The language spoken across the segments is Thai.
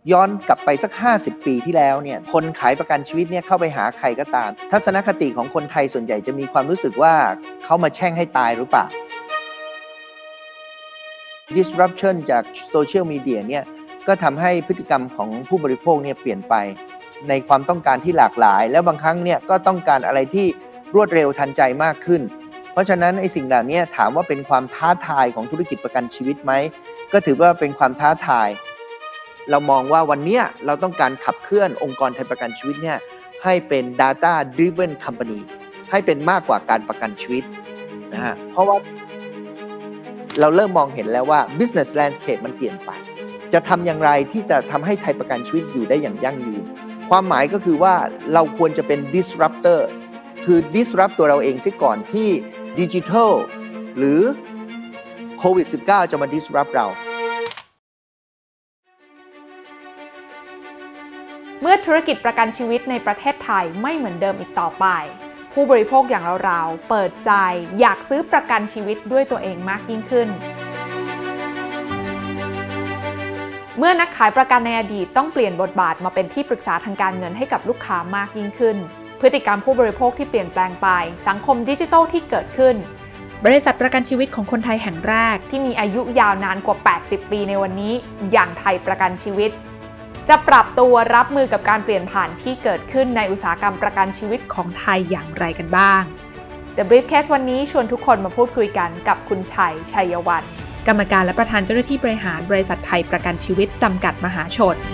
ย้อนกลับไปสัก50ปีที่แล้วเนี่ยคนขายประกันชีวิตเนี่ยเข้าไปหาใครก็ตามทัศนคติของคนไทยส่วนใหญ่จะมีความรู้สึกว่าเขามาแช่งให้ตายหรือเปล่า disruption จากโซเชียลมีเดียเนี่ยก็ทำให้พฤติกรรมของผู้บริโภคเนี่ยเปลี่ยนไปในความต้องการที่หลากหลายแล้วบางครั้งเนี่ยก็ต้องการอะไรที่รวดเร็วทันใจมากขึ้นเพราะฉะนั้นไอ้สิ่งเหล่านี้ถามว่าเป็นความท้าทายของธุรกิจประกันชีวิตไหมก็ถือว่าเป็นความท้าทายเรามองว่าวันนี้เราต้องการขับเคลื่อนองค์กรไทยประกันชีวิตเนี่ยให้เป็น data driven company ให้เป็นมากกว่าการประกันชีวิตนะฮะเพราะว่าเราเริ่มมองเห็นแล้วว่า business landscape มันเปลี่ยนไปจะทำอย่างไรที่จะทำให้ไทยประกันชีวิตอยู่ได้อย่างยั่งยืนความหมายก็คือว่าเราควรจะเป็น disruptor คือ disrupt ตัวเราเองซิก่อนที่ดิจิทัลหรือโควิด -19 จะมา disrupt เราเมื่อธุรกิจประกันชีวิตในประเทศไทยไม่เหมือนเดิมอีกต่อไปผู้บริโภคอย่างเราๆเปิดใจอยากซื้อประกันชีวิตด้วยตัวเองมากยิ่งขึ้นเมื่อนักขายประกันในอดีตต้องเปลี่ยนบทบาทมาเป็นที่ปรึกษาทางการเงินให้กับลูกค้ามากยิ่งขึ้นพฤติกรรมผู้บริโภคที่เปลี่ยนแปลงไปสังคมดิจิทัลที่เกิดขึ้นบริษัทประกันชีวิตของคนไทยแห่งแรกที่มีอายุยาวนานกว่า80ปีในวันนี้อย่างไทยประกันชีวิตจะปรับตัวรับมือกับการเปลี่ยนผ่านที่เกิดขึ้นในอุตสาหกรรมประกันชีวิตของไทยอย่างไรกันบ้าง The Briefcase วันนี้ชวนทุกคนมาพูดคุยกันกับคุณชัย ชัยวรรณกรรมการและประธานเจ้าหน้าที่บริหารบริษัทไทยประกันชีวิตจำกัดมหาชน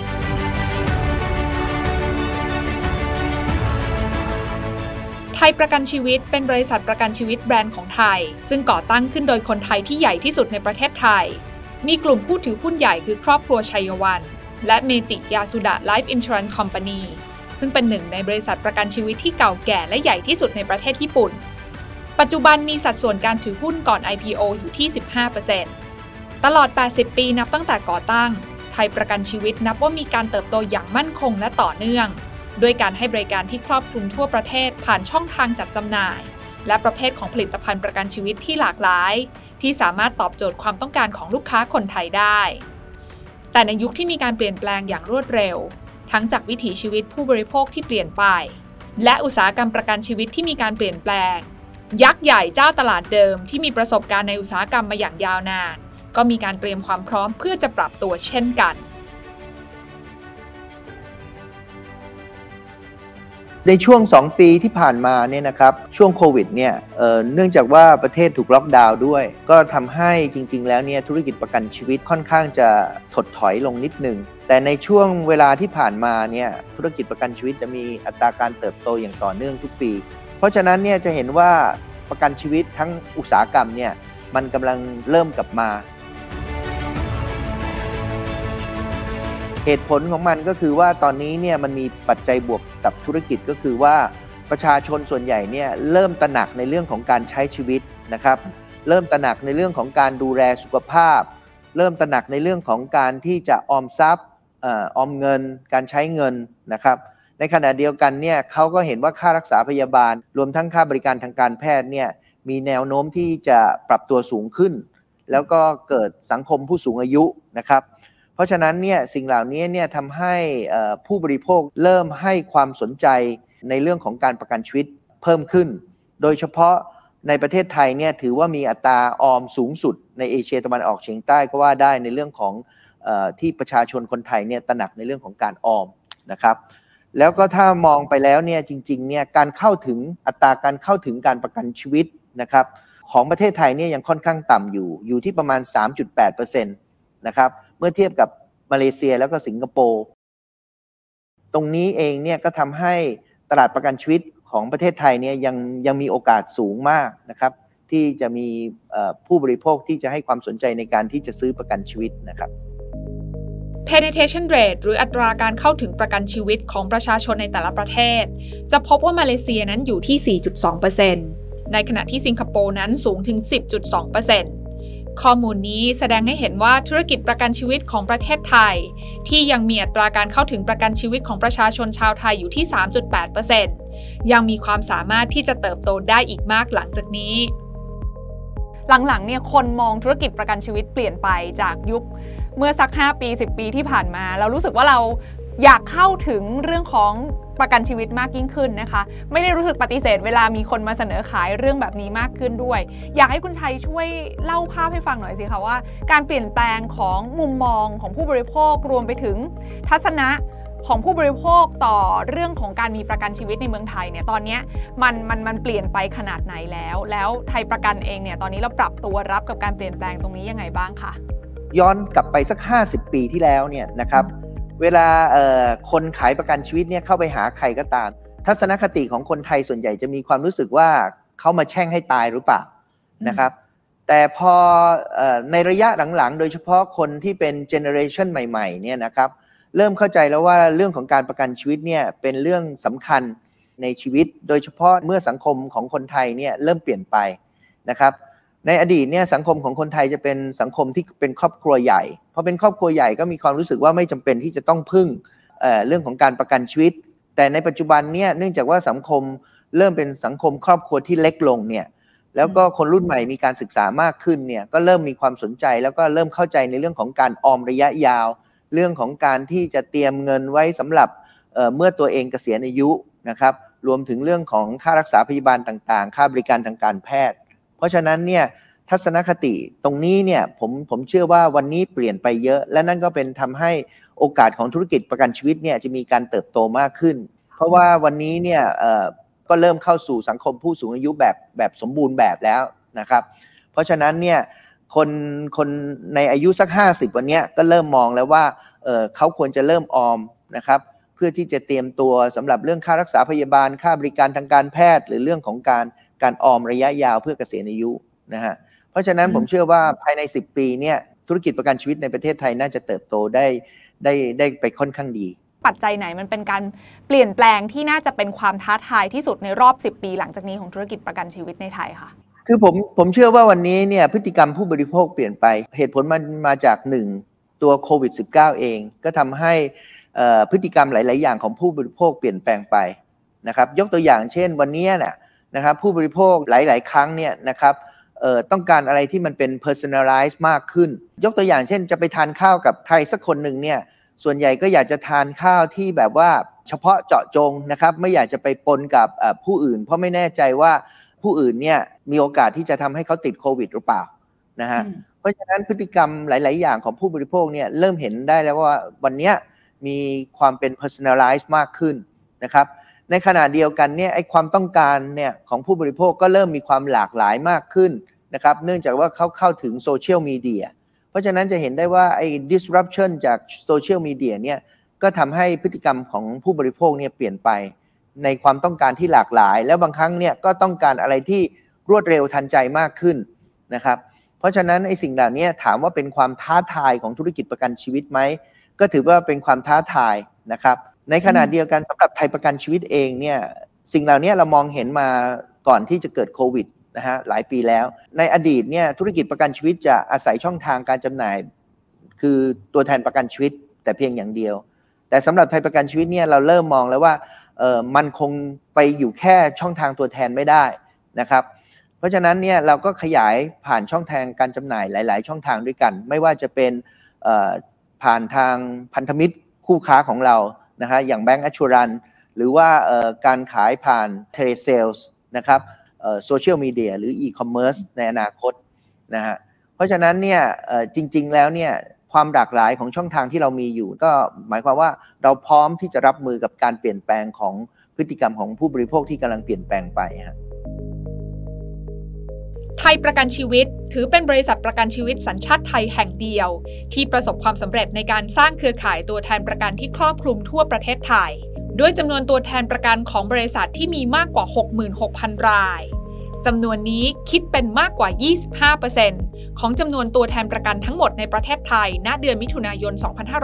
ไทยประกันชีวิตเป็นบริษัทประกันชีวิตแบรนด์ของไทยซึ่งก่อตั้งขึ้นโดยคนไทยที่ใหญ่ที่สุดในประเทศไทยมีกลุ่มผู้ถือหุ้นใหญ่คือครอบครัวชัยวรรณและเมจิยาสุดะ Life Insurance Company ซึ่งเป็นหนึ่งในบริษัทประกันชีวิตที่เก่าแก่และใหญ่ที่สุดในประเทศญี่ปุ่นปัจจุบันมีสัดส่วนการถือหุ้นก่อน IPO อยู่ที่ 15% ตลอด 80 ปีนับตั้งแต่ก่อตั้งไทยประกันชีวิตนับว่ามีการเติบโตอย่างมั่นคงและต่อเนื่องด้วยการให้บริการที่ครอบคลุมทั่วประเทศผ่านช่องทางจัดจำหน่ายและประเภทของผลิตภัณฑ์ประกันชีวิตที่หลากหลายที่สามารถตอบโจทย์ความต้องการของลูกค้าคนไทยได้แต่ในยุคที่มีการเปลี่ยนแปลงอย่างรวดเร็วทั้งจากวิถีชีวิตผู้บริโภคที่เปลี่ยนไปและอุตสาหกรรมประกันชีวิตที่มีการเปลี่ยนแปลงยักษ์ใหญ่เจ้าตลาดเดิมที่มีประสบการณ์ในอุตสาหกรรมมาอย่างยาวนานก็มีการเตรียมความพร้อมเพื่อจะปรับตัวเช่นกันในช่วง2ปีที่ผ่านมาเนี่ยนะครับช่วงโควิดเนี่ยเนื่องจากว่าประเทศถูกล็อกดาวน์ด้วยก็ทำให้จริงๆแล้วเนี่ยธุรกิจประกันชีวิตค่อนข้างจะถดถอยลงนิดนึงแต่ในช่วงเวลาที่ผ่านมาเนี่ยธุรกิจประกันชีวิตจะมีอัตราการเติบโตอย่างต่อเนื่องทุกปีเพราะฉะนั้นเนี่ยจะเห็นว่าประกันชีวิตทั้งอุตสาหกรรมเนี่ยมันกำลังเริ่มกลับมาเหตุผลของมันก็คือว่าตอนนี้เนี่ยมันมีปัจจัยบวกกับธุรกิจก็คือว่าประชาชนส่วนใหญ่เนี่ยเริ่มตระหนักในเรื่องของการใช้ชีวิตนะครับเริ่มตระหนักในเรื่องของการดูแลสุขภาพเริ่มตระหนักในเรื่องของการที่จะออมทรัพย์ออมเงินการใช้เงินนะครับในขณะเดียวกันเนี่ยเขาก็เห็นว่าค่ารักษาพยาบาลรวมทั้งค่าบริการทางการแพทย์เนี่ยมีแนวโน้มที่จะปรับตัวสูงขึ้นแล้วก็เกิดสังคมผู้สูงอายุนะครับเพราะฉะนั้นเนี่ยสิ่งเหล่านี้เนี่ยทำให้ผู้บริโภคเริ่มให้ความสนใจในเรื่องของการประกันชีวิตเพิ่มขึ้นโดยเฉพาะในประเทศไทยเนี่ยถือว่ามีอัตราออมสูงสุดในเอเชียตะวันออกเฉียงใต้ก็ว่าได้ในเรื่องของที่ประชาชนคนไทยเนี่ยตระหนักในเรื่องของการออมนะครับแล้วก็ถ้ามองไปแล้วเนี่ยจริงๆเนี่ยการเข้าถึงอัตราการเข้าถึงการประกันชีวิตนะครับของประเทศไทยเนี่ยยังค่อนข้างต่ำอยู่ที่ประมาณ 3.8% นะครับเมื่อเทียบกับมาเลเซียแล้วก็สิงคโปร์ตรงนี้เองเนี่ยก็ทำให้ตลาดประกันชีวิตของประเทศไทยเนี่ยยังมีโอกาสสูงมากนะครับที่จะมีผู้บริโภคที่จะให้ความสนใจในการที่จะซื้อประกันชีวิตนะครับ Penetration rate หรืออัตราการเข้าถึงประกันชีวิตของประชาชนในแต่ละประเทศจะพบว่ามาเลเซียนั้นอยู่ที่ 4.2% ในขณะที่สิงคโปร์นั้นสูงถึง 10.2%ข้อมูลนี้แสดงให้เห็นว่าธุรกิจประกันชีวิตของประเทศไทยที่ยังมีอัตราการเข้าถึงประกันชีวิตของประชาชนชาวไทยอยู่ที่ 3.8% ยังมีความสามารถที่จะเติบโตได้อีกมากหลังจากนี้หลังๆเนี่ยคนมองธุรกิจประกันชีวิตเปลี่ยนไปจากยุคเมื่อสัก5ปี10ปีที่ผ่านมาเรารู้สึกว่าเราอยากเข้าถึงเรื่องของประกันชีวิตมากยิ่งขึ้นนะคะไม่ได้รู้สึกปฏิเสธเวลามีคนมาเสนอขายเรื่องแบบนี้มากขึ้นด้วยอยากให้คุณชัยช่วยเล่าภาพให้ฟังหน่อยสิคะว่าการเปลี่ยนแปลงของมุมมองของผู้บริโภครวมไปถึงทัศนะของผู้บริโภคต่อเรื่องของการมีประกันชีวิตในเมืองไทยเนี่ยตอนนี้มันเปลี่ยนไปขนาดไหนแล้วไทยประกันเองเนี่ยตอนนี้เราปรับตัวรับกับการเปลี่ยนแปลงตรงนี้ยังไงบ้างคะย้อนกลับไปสัก50ปีที่แล้วเนี่ยนะครับเวลาคนขายประกันชีวิตเนี่ยเข้าไปหาใครก็ตามทัศนคติของคนไทยส่วนใหญ่จะมีความรู้สึกว่าเขามาแช่งให้ตายหรือเปล่านะครับแต่พอในระยะหลังๆโดยเฉพาะคนที่เป็นเจเนอเรชันใหม่ๆเนี่ยนะครับเริ่มเข้าใจแล้วว่าเรื่องของการประกันชีวิตเนี่ยเป็นเรื่องสำคัญในชีวิตโดยเฉพาะเมื่อสังคมของคนไทยเนี่ยเริ่มเปลี่ยนไปนะครับในอดีตเนี่ยสังคมของคนไทยจะเป็นสังคมที่เป็นครอบครัวใหญ่พอเป็นครอบครัวใหญ่ก็มีความรู้สึกว่าไม่จำเป็นที่จะต้องพึ่งเรื่องของการประกันชีวิตแต่ในปัจจุบันเนี่ยเนื่องจากว่าสังคมเริ่มเป็นสังคมครอบครัวที่เล็กลงเนี่ยแล้วก็คนรุ่นใหม่มีการศึกษามากขึ้นเนี่ยก็เริ่มมีความสนใจแล้วก็เริ่มเข้าใจในเรื่องของการออมระยะยาวเรื่องของการที่จะเตรียมเงินไว้สำหรับเมื่อตัวเองเกษียณอายุนะครับรวมถึงเรื่องของค่ารักษาพยาบาลต่างๆค่าบริการทางการแพทย์เพราะฉะนั้นเนี่ยทัศนคติตรงนี้เนี่ยผมเชื่อว่าวันนี้เปลี่ยนไปเยอะและนั่นก็เป็นทำให้โอกาสของธุรกิจประกันชีวิตเนี่ยจะมีการเติบโตมากขึ้นเพราะว่าวันนี้เนี่ยก็เริ่มเข้าสู่สังคมผู้สูงอายุแบบสมบูรณ์แบบแล้วนะครับเพราะฉะนั้นเนี่ยคนในอายุสัก50วันนี้ก็เริ่มมองแล้วว่าเขาควรจะเริ่มออมนะครับเพื่อที่จะเตรียมตัวสำหรับเรื่องค่ารักษาพยาบาลค่าบริการทางการแพทย์หรือเรื่องของการออมระยะยาวเพื่อเกษียณอายุนะฮะเพราะฉะนั้นผมเชื่อว่าภายใน10ปีเนี่ยธุรกิจประกันชีวิตในประเทศไทยน่าจะเติบโตได้ไปค่อนข้างดีปัจจัยไหนมันเป็นการเปลี่ยนแปลงที่น่าจะเป็นความท้าทายที่สุดในรอบ10ปีหลังจากนี้ของธุรกิจประกันชีวิตในไทยค่ะคือผมเชื่อว่าวันนี้เนี่ยพฤติกรรมผู้บริโภคเปลี่ยนไปเหตุผลมันมาจาก1ตัวโควิด -19 เองก็ทำให้พฤติกรรมหลายๆอย่างของผู้บริโภคเปลี่ยนแปลงไปนะครับยกตัวอย่างเช่นวันนี้นะครับผู้บริโภคหลายๆครั้งเนี่ยนะครับต้องการอะไรที่มันเป็น personalize มากขึ้นยกตัวอย่างเช่นจะไปทานข้าวกับใครสักคนหนึ่งเนี่ยส่วนใหญ่ก็อยากจะทานข้าวที่แบบว่าเฉพาะเจาะจงนะครับไม่อยากจะไปปนกับผู้อื่นเพราะไม่แน่ใจว่าผู้อื่นเนี่ยมีโอกาสที่จะทำให้เขาติดโควิดหรือเปล่านะฮะเพราะฉะนั้นพฤติกรรมหลายๆอย่างของผู้บริโภคเนี่ยเริ่มเห็นได้แล้วว่าวันนี้มีความเป็น personalize มากขึ้นนะครับในขณะเดียวกันเนี่ยไอ้ความต้องการเนี่ยของผู้บริโภคก็เริ่มมีความหลากหลายมากขึ้นนะครับเนื่องจากว่าเขาเข้าถึงโซเชียลมีเดียเพราะฉะนั้นจะเห็นได้ว่าไอ้ disruption จากโซเชียลมีเดียเนี่ยก็ทำให้พฤติกรรมของผู้บริโภคเนี่ยเปลี่ยนไปในความต้องการที่หลากหลายแล้วบางครั้งเนี่ยก็ต้องการอะไรที่รวดเร็วทันใจมากขึ้นนะครับเพราะฉะนั้นไอ้สิ่งเหล่านี้ถามว่าเป็นความท้าทายของธุรกิจประกันชีวิตไหมก็ถือว่าเป็นความท้าทายนะครับในขณะเดียวกันสำหรับไทยประกันชีวิตเองเนี่ยสิ่งเหล่านี้เรามองเห็นมาก่อนที่จะเกิดโควิดนะฮะหลายปีแล้วในอดีตเนี่ยธุรกิจประกันชีวิตจะอาศัยช่องทางการจำหน่ายคือตัวแทนประกันชีวิตแต่เพียงอย่างเดียวแต่สำหรับไทยประกันชีวิตเนี่ยเราเริ่มมองแล้วว่ามันคงไปอยู่แค่ช่องทางตัวแทนไม่ได้นะครับเพราะฉะนั้นเนี่ยเราก็ขยายผ่านช่องทางการจำหน่ายหลายๆช่องทางด้วยกันไม่ว่าจะเป็นผ่านทางพันธมิตรคู่ค้าของเรานะฮะอย่าง Bank Assurance หรือว่าการขายผ่าน Telesales นะครับโซเชียลมีเดียหรืออีคอมเมิร์ซในอนาคตนะฮะเพราะฉะนั้นเนี่ยจริงๆแล้วเนี่ยความหลากหลายของช่องทางที่เรามีอยู่ก็หมายความว่าเราพร้อมที่จะรับมือกับการเปลี่ยนแปลงของพฤติกรรมของผู้บริโภคที่กำลังเปลี่ยนแปลงไปฮะไทยประกันชีวิตถือเป็นบริษัทประกันชีวิตสัญชาติไทยแห่งเดียวที่ประสบความสำเร็จในการสร้างเครือข่ายตัวแทนประกันที่ครอบคลุมทั่วประเทศไทยด้วยจำนวนตัวแทนประกันของบริษัทที่มีมากกว่า 66,000 รายจำนวนนี้คิดเป็นมากกว่า 25% ของจำนวนตัวแทนประกันทั้งหมดในประเทศไทยณเดือนมิถุนายน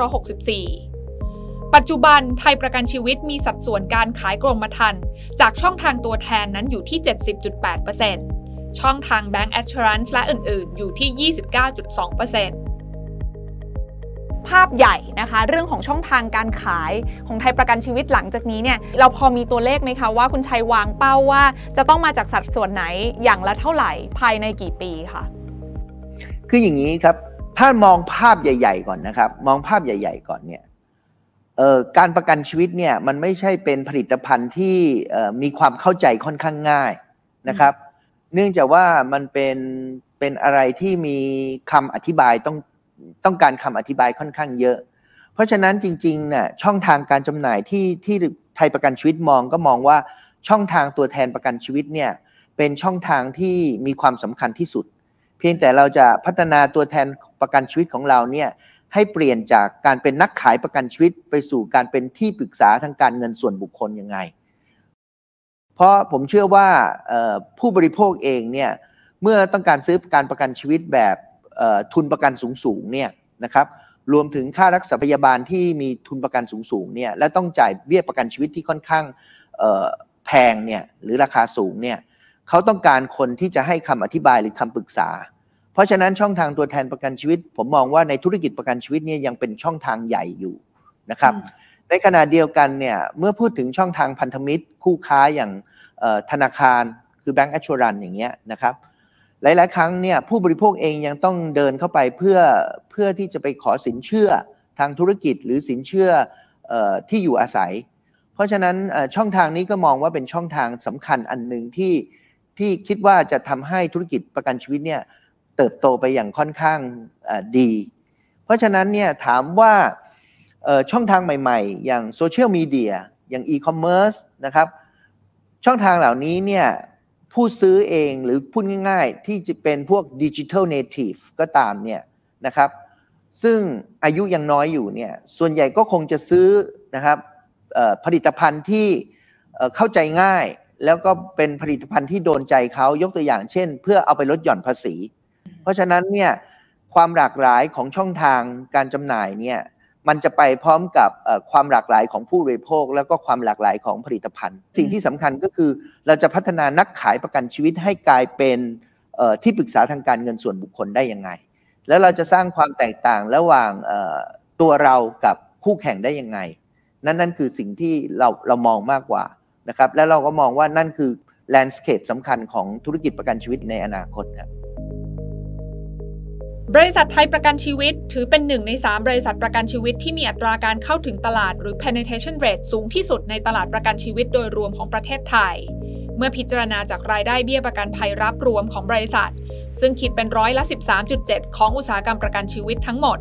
2564 ปัจจุบันไทยประกันชีวิตมีสัดส่วนการขายกรมธรรม์จากช่องทางตัวแทนนั้นอยู่ที่ 70.8%ช่องทาง Bank Assurance และอื่นๆอยู่ที่ 29.2%ภาพใหญ่นะคะเรื่องของช่องทางการขายของไทยประกันชีวิตหลังจากนี้เนี่ยเราพอมีตัวเลขไหมคะว่าคุณชัยวางเป้าว่าจะต้องมาจากสัดส่วนไหนอย่างละเท่าไหร่ภายในกี่ปีคะคืออย่างนี้ครับถ้ามองภาพใหญ่ๆก่อนนะครับมองภาพใหญ่ๆก่อนเนี่ยการประกันชีวิตเนี่ยมันไม่ใช่เป็นผลิตภัณฑ์ที่มีความเข้าใจค่อนข้างง่ายนะครับเนื่องจากว่ามันเป็นอะไรที่มีคำอธิบายต้องการคำอธิบายค่อนข้างเยอะเพราะฉะนั้นจริงๆเนี่ยช่องทางการจำหน่ายที่ไทยประกันชีวิตก็มองว่าช่องทางตัวแทนประกันชีวิตเนี่ยเป็นช่องทางที่มีความสำคัญที่สุดเพียงแต่เราจะพัฒนาตัวแทนประกันชีวิตของเราเนี่ยให้เปลี่ยนจากการเป็นนักขายประกันชีวิตไปสู่การเป็นที่ปรึกษาทางการเงินส่วนบุคคลยังไงเพราะผมเชื่อว่าผู้บริโภคเองเนี่ยเมื่อต้องการซื้อการประกันชีวิตแบบทุนประกันสูงเนี่ยนะครับรวมถึงค่ารักษาพยาบาลที่มีทุนประกันสูงเนี่ยและต้องจ่ายเบี้ยประกันชีวิตที่ค่อนข้างแพงเนี่ยหรือราคาสูงเนี่ยเขาต้องการคนที่จะให้คำอธิบายหรือคำปรึกษาเพราะฉะนั้นช่องทางตัวแทนประกันชีวิตผมมองว่าในธุรกิจประกันชีวิตเนี่ยยังเป็นช่องทางใหญ่อยู่นะครับในขณะเดียวกันเนี่ยเมื่อพูดถึงช่องทางพันธมิตรคู่ค้าอย่างธนาคารคือ Bank Assurance อย่างเงี้ยนะครับหลายๆครั้งเนี่ยผู้บริโภคเองยังต้องเดินเข้าไปเพื่อที่จะไปขอสินเชื่อทางธุรกิจหรือสินเชื่อที่อยู่อาศัยเพราะฉะนั้นช่องทางนี้ก็มองว่าเป็นช่องทางสำคัญอันหนึ่งที่คิดว่าจะทำให้ธุรกิจประกันชีวิตเนี่ยเติบโตไปอย่างค่อนข้างดีเพราะฉะนั้นเนี่ยถามว่าช่องทางใหม่ๆอย่างโซเชียลมีเดียอย่างอีคอมเมิร์ซนะครับช่องทางเหล่านี้เนี่ยผู้ซื้อเองหรือพูดง่ายๆที่จะเป็นพวกดิจิทัลเนทีฟก็ตามเนี่ยนะครับซึ่งอายุยังน้อยอยู่เนี่ยส่วนใหญ่ก็คงจะซื้อนะครับผลิตภัณฑ์ที่เข้าใจง่ายแล้วก็เป็นผลิตภัณฑ์ที่โดนใจเขายกตัวอย่างเช่นเพื่อเอาไปลดหย่อนภาษีเพราะฉะนั้นเนี่ยความหลากหลายของช่องทางการจำหน่ายเนี่ยมันจะไปพร้อมกับความหลากหลายของผู้บริโภคแล้วก็ความหลากหลายของผลิตภัณฑ์สิ่งที่สำคัญก็คือเราจะพัฒนานักขายประกันชีวิตให้กลายเป็นที่ปรึกษาทางการเงินส่วนบุคคลได้ยังไงแล้วเราจะสร้างความแตกต่างระหว่างตัวเรากับคู่แข่งได้ยังไงนั่นคือสิ่งที่เรามองมากกว่านะครับและเราก็มองว่านั่นคือแลนด์สเคปสำคัญของธุรกิจประกันชีวิตในอนาคตครับบริษัทไทยประกันชีวิตถือเป็น1 ใน 3บริษัทประกันชีวิตที่มีอัตราการเข้าถึงตลาดหรือ penetration rate สูงที่สุดในตลาดประกันชีวิตโดยรวมของประเทศไทยเมื่อพิจารณาจากรายได้เบี้ยประกันภัยรับรวมของบริษัทซึ่งคิดเป็น13.7%ของอุตสาหกรรมประกันชีวิตทั้งหมด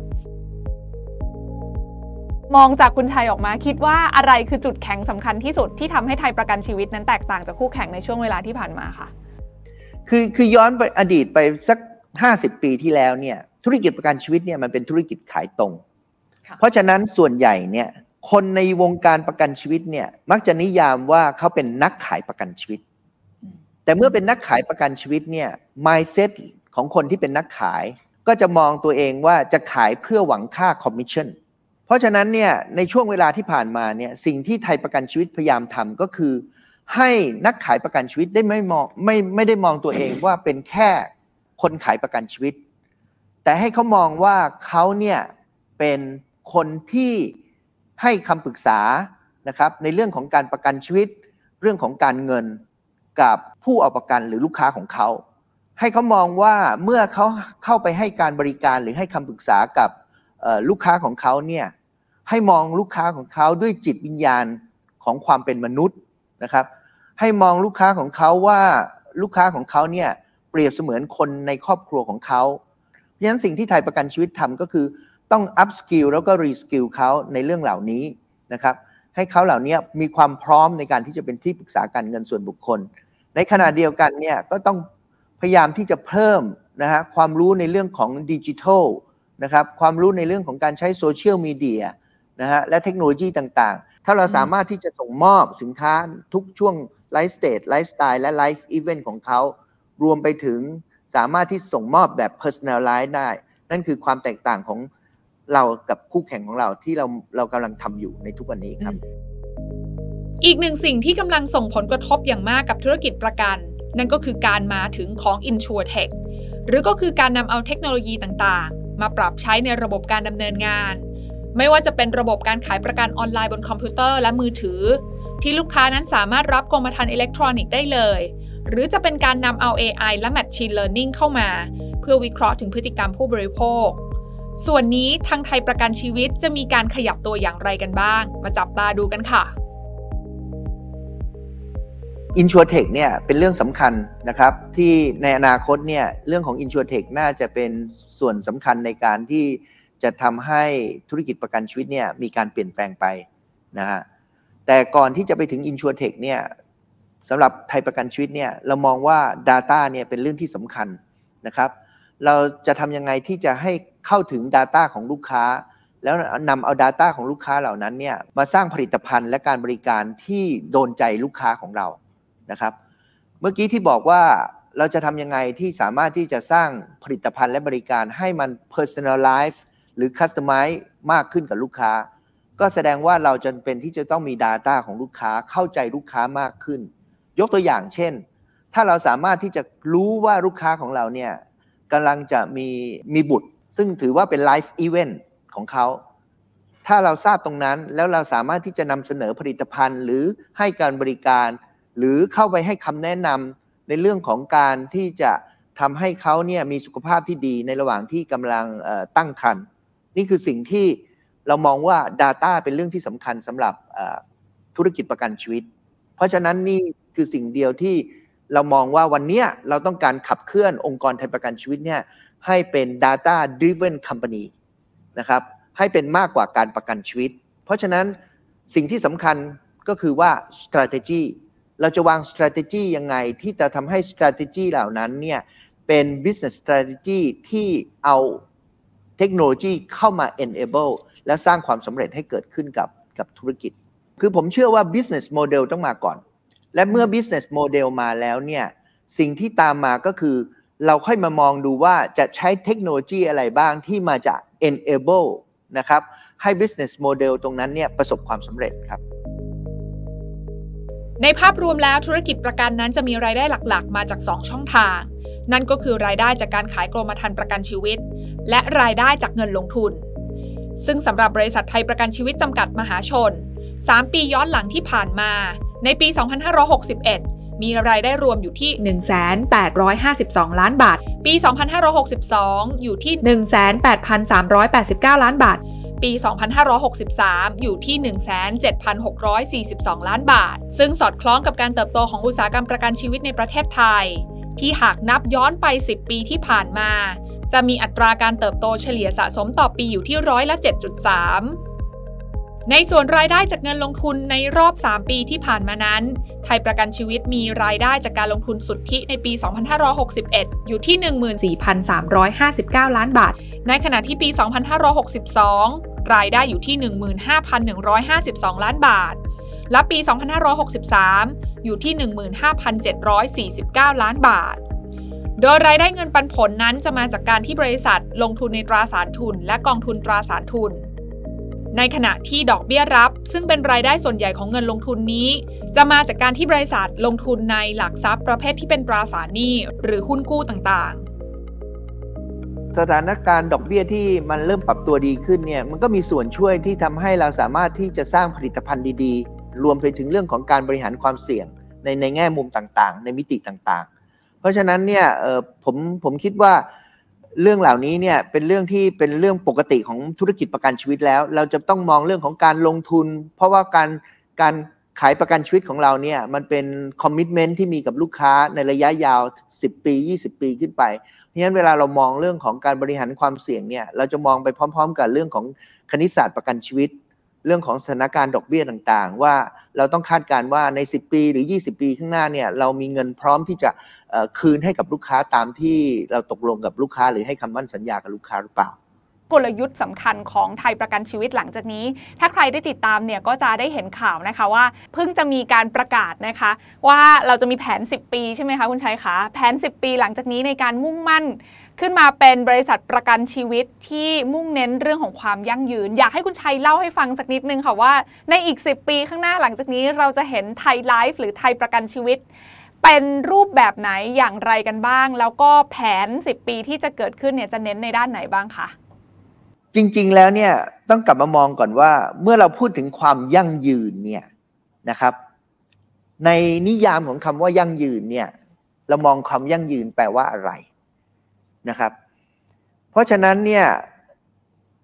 มองจากคุณชัยออกมาคิดว่าอะไรคือจุดแข็งสำคัญที่สุดที่ทำให้ไทยประกันชีวิตนั้นแตกต่างจากคู่แข่งในช่วงเวลาที่ผ่านมาค่ะคือย้อนไปอดีตไปสัก50 ปีที่แล้วเนี่ยธุรกิจประกันชีวิตเนี่ยมันเป็นธุรกิจขายตรงเพราะฉะนั้นส่วนใหญ่เนี่ยคนในวงการประกันชีวิตเนี่ยมักจะนิยามว่าเขาเป็นนักขายประกันชีวิตแต่เมื่อเป็นนักขายประกันชีวิตเนี่ย mindset ของคนที่เป็นนักขายก็จะมองตัวเองว่าจะขายเพื่อหวังค่าคอมมิชชั่นเพราะฉะนั้นเนี่ยในช่วงเวลาที่ผ่านมาเนี่ยสิ่งที่ไทยประกันชีวิตพยายามทำก็คือให้นักขายประกันชีวิตได้ไม่ได้มองตัวเองว่าเป็นแค่คนขายประกันชีวิตแต่ให้เขามองว่าเขาเนี่ยเป็นคนที่ให้คำปรึกษานะครับในเรื่องของการประกันชีวิตเรื่องของการเงินกับผู้เอาประกันหรือลูกค้าของเขาให้เขามองว่าเมื่อเขาเข้าไปให้การบริการหรือให้คำปรึกษากับลูกค้าของเขาเนี่ยให้มองลูกค้าของเขาด้วยจิตวิญญาณของความเป็นมนุษย์นะครับให้มองลูกค้าของเขาว่าลูกค้าของเขาเนี่ยเปรียบเสมือนคนในครอบครัวของเขาเพราะฉะนั้นสิ่งที่ไทยประกันชีวิตทำก็คือต้อง up skill แล้วก็ re skill เขาในเรื่องเหล่านี้นะครับให้เขาเหล่านี้มีความพร้อมในการที่จะเป็นที่ปรึกษาการเงินส่วนบุคคลในขณะเดียวกันเนี่ยก็ต้องพยายามที่จะเพิ่มนะฮะความรู้ในเรื่องของดิจิทัลนะครับความรู้ในเรื่องของการใช้โซเชียลมีเดียนะฮะและเทคโนโลยีต่างๆถ้าเราสามารถที่จะส่งมอบสินค้าทุกช่วงไลฟ์สเตจไลฟ์สไตล์และไลฟ์อีเวนต์ของเขารวมไปถึงสามารถที่ส่งมอบแบบ personalize ได้นั่นคือความแตกต่างของเรากับคู่แข่งของเราที่เรากำลังทำอยู่ในทุกวันนี้ครับอีกหนึ่งสิ่งที่กำลังส่งผลกระทบอย่างมากกับธุรกิจประกันนั่นก็คือการมาถึงของ InsurTech หรือก็คือการนำเอาเทคโนโลยีต่างๆมาปรับใช้ในระบบการดำเนินงานไม่ว่าจะเป็นระบบการขายประกันออนไลน์บนคอมพิวเตอร์และมือถือที่ลูกค้านั้นสามารถรับกรมธรรม์อิเล็กทรอนิกส์ได้เลยหรือจะเป็นการนำเอา AI และ Machine Learning เข้ามาเพื่อวิเคราะห์ถึงพฤติกรรมผู้บริโภคส่วนนี้ทางไทยประกันชีวิตจะมีการขยับตัวอย่างไรกันบ้างมาจับตาดูกันค่ะ InsurTech เนี่ยเป็นเรื่องสำคัญนะครับที่ในอนาคตเนี่ยเรื่องของ InsurTech น่าจะเป็นส่วนสำคัญในการที่จะทำให้ธุรกิจประกันชีวิตเนี่ยมีการเปลี่ยนแปลงไปนะฮะแต่ก่อนที่จะไปถึง InsurTech เนี่ยสำหรับไทยประกันชีวิตเนี่ยเรามองว่า Data เนี่ยเป็นเรื่องที่สำคัญนะครับเราจะทำยังไงที่จะให้เข้าถึง Data ของลูกค้าแล้วนำเอา Data ของลูกค้าเหล่านั้นเนี่ยมาสร้างผลิตภัณฑ์และการบริการที่โดนใจลูกค้าของเรานะครับเมื่อกี้ที่บอกว่าเราจะทำยังไงที่สามารถที่จะสร้างผลิตภัณฑ์และบริการให้มัน personalize หรือ customize มากขึ้นกับลูกค้าก็แสดงว่าเราจำเป็นที่จะต้องมี Data ของลูกค้าเข้าใจลูกค้ามากขึ้นยกตัวอย่างเช่นถ้าเราสามารถที่จะรู้ว่าลูกค้าของเราเนี่ยกำลังจะมีบุตรซึ่งถือว่าเป็น life event ของเขาถ้าเราทราบตรงนั้นแล้วเราสามารถที่จะนำเสนอผลิตภัณฑ์หรือให้การบริการหรือเข้าไปให้คำแนะนำในเรื่องของการที่จะทำให้เขาเนี่ยมีสุขภาพที่ดีในระหว่างที่กำลังตั้งครรภ์นี่คือสิ่งที่เรามองว่า Data เป็นเรื่องที่สำคัญสำหรับธุรกิจประกันชีวิตเพราะฉะนั้นนี่คือสิ่งเดียวที่เรามองว่าวันนี้เราต้องการขับเคลื่อนองค์กรไทยประกันชีวิตเนี่ยให้เป็น Data Driven Company นะครับให้เป็นมากกว่าการประกันชีวิตเพราะฉะนั้นสิ่งที่สำคัญก็คือว่า strategy เราจะวาง strategy ยังไงที่จะทำให้ strategy เหล่านั้นเนี่ยเป็น business strategy ที่เอาเทคโนโลยีเข้ามา enable และสร้างความสำเร็จให้เกิดขึ้นกับธุรกิจคือผมเชื่อว่า business model ต้องมาก่อนและเมื่อ business model มาแล้วเนี่ยสิ่งที่ตามมาก็คือเราค่อยมามองดูว่าจะใช้เทคโนโลยีอะไรบ้างที่มาจะ enable นะครับให้ business model ตรงนั้นเนี่ยประสบความสำเร็จครับในภาพรวมแล้วธุรกิจประกันนั้นจะมีรายได้หลักๆมาจาก2ช่องทางนั่นก็คือรายได้จากการขายกรมธรรม์ประกันชีวิตและรายได้จากเงินลงทุนซึ่งสำหรับบริษัทไทยประกันชีวิตจำกัดมหาชน3 ปีย้อนหลังที่ผ่านมาในปี 2561 มีรายได้รวมอยู่ที่ 1,852 ล้านบาทปี 2562 อยู่ที่ 1,8,389 ล้านบาทปี 2563 อยู่ที่ 17,642 ล้านบาทซึ่งสอดคล้องกับการเติบโตของอุตสาหกรรมประกันชีวิตในประเทศไทยที่หากนับย้อนไป10 ปีที่ผ่านมาจะมีอัตราการเติบโตเฉลี่ยสะสมต่อปีอยู่ที่7.3%ในส่วนรายได้จากเงินลงทุนในรอบ3 ปีที่ผ่านมานั้นไทยประกันชีวิตมีรายได้จากการลงทุนสุทธิในปี 2561 อยู่ที่ 14,359 ล้านบาทในขณะที่ปี 2562 รายได้อยู่ที่ 15,152 ล้านบาทและปี 2563 อยู่ที่ 15,749 ล้านบาทโดยรายได้เงินปันผลนั้นจะมาจากการที่บริษัทลงทุนในตราสารทุนและกองทุนตราสารทุนในขณะที่ดอกเบี้ยรับซึ่งเป็นรายได้ส่วนใหญ่ของเงินลงทุนนี้จะมาจากการที่บริษัทลงทุนในหลักทรัพย์ประเภทที่เป็นตราสารหนี้หรือหุ้นกู้ต่างๆสถานการณ์ดอกเบี้ยที่มันเริ่มปรับตัวดีขึ้นเนี่ยมันก็มีส่วนช่วยที่ทำให้เราสามารถที่จะสร้างผลิตภัณฑ์ดีๆรวมไปถึงเรื่องของการบริหารความเสี่ยงในแง่มุมต่างๆในมิติต่างๆเพราะฉะนั้นเนี่ยผมคิดว่าเรื่องเหล่านี้เนี่ยเป็นเรื่องที่เป็นเรื่องปกติของธุรกิจประกันชีวิตแล้วเราจะต้องมองเรื่องของการลงทุนเพราะว่าการขายประกันชีวิตของเราเนี่ยมันเป็นคอมมิตเมนต์ที่มีกับลูกค้าในระยะยาว10 ปี20 ปีขึ้นไปเพราะฉะนั้นเวลาเรามองเรื่องของการบริหารความเสี่ยงเนี่ยเราจะมองไปพร้อมๆกับเรื่องของคณิตศาสตร์ประกันชีวิตเรื่องของสถานการณ์ดอกเบี้ยต่างๆว่าเราต้องคาดการณ์ว่าใน10 ปีหรือ20 ปีข้างหน้าเนี่ยเรามีเงินพร้อมที่จะคืนให้กับลูกค้าตามที่เราตกลงกับลูกค้าหรือให้คำมั่นสัญญากับลูกค้าหรือเปล่ากลยุทธ์สำคัญของไทยประกันชีวิตหลังจากนี้ถ้าใครได้ติดตามเนี่ยก็จะได้เห็นข่าวนะคะว่าเพิ่งจะมีการประกาศนะคะว่าเราจะมีแผน10 ปีใช่ไหมคะคุณชัยคะแผน10 ปีหลังจากนี้ในการมุ่งมั่นขึ้นมาเป็นบริษัทประกันชีวิตที่มุ่งเน้นเรื่องของความยั่งยืนอยากให้คุณชัยเล่าให้ฟังสักนิดนึงค่ะว่าในอีก10 ปีข้างหน้าหลังจากนี้เราจะเห็นไทยไลฟ์หรือไทยประกันชีวิตเป็นรูปแบบไหนอย่างไรกันบ้างแล้วก็แผน10 ปีที่จะเกิดขึ้นเนี่ยจะเน้นในด้านไหนบ้างคะจริงๆแล้วเนี่ยต้องกลับมามองก่อนว่าเมื่อเราพูดถึงความยั่งยืนเนี่ยนะครับในนิยามของคำว่ายั่งยืนเนี่ยเรามองความยั่งยืนแปลว่าอะไรนะครับเพราะฉะนั้นเนี่ย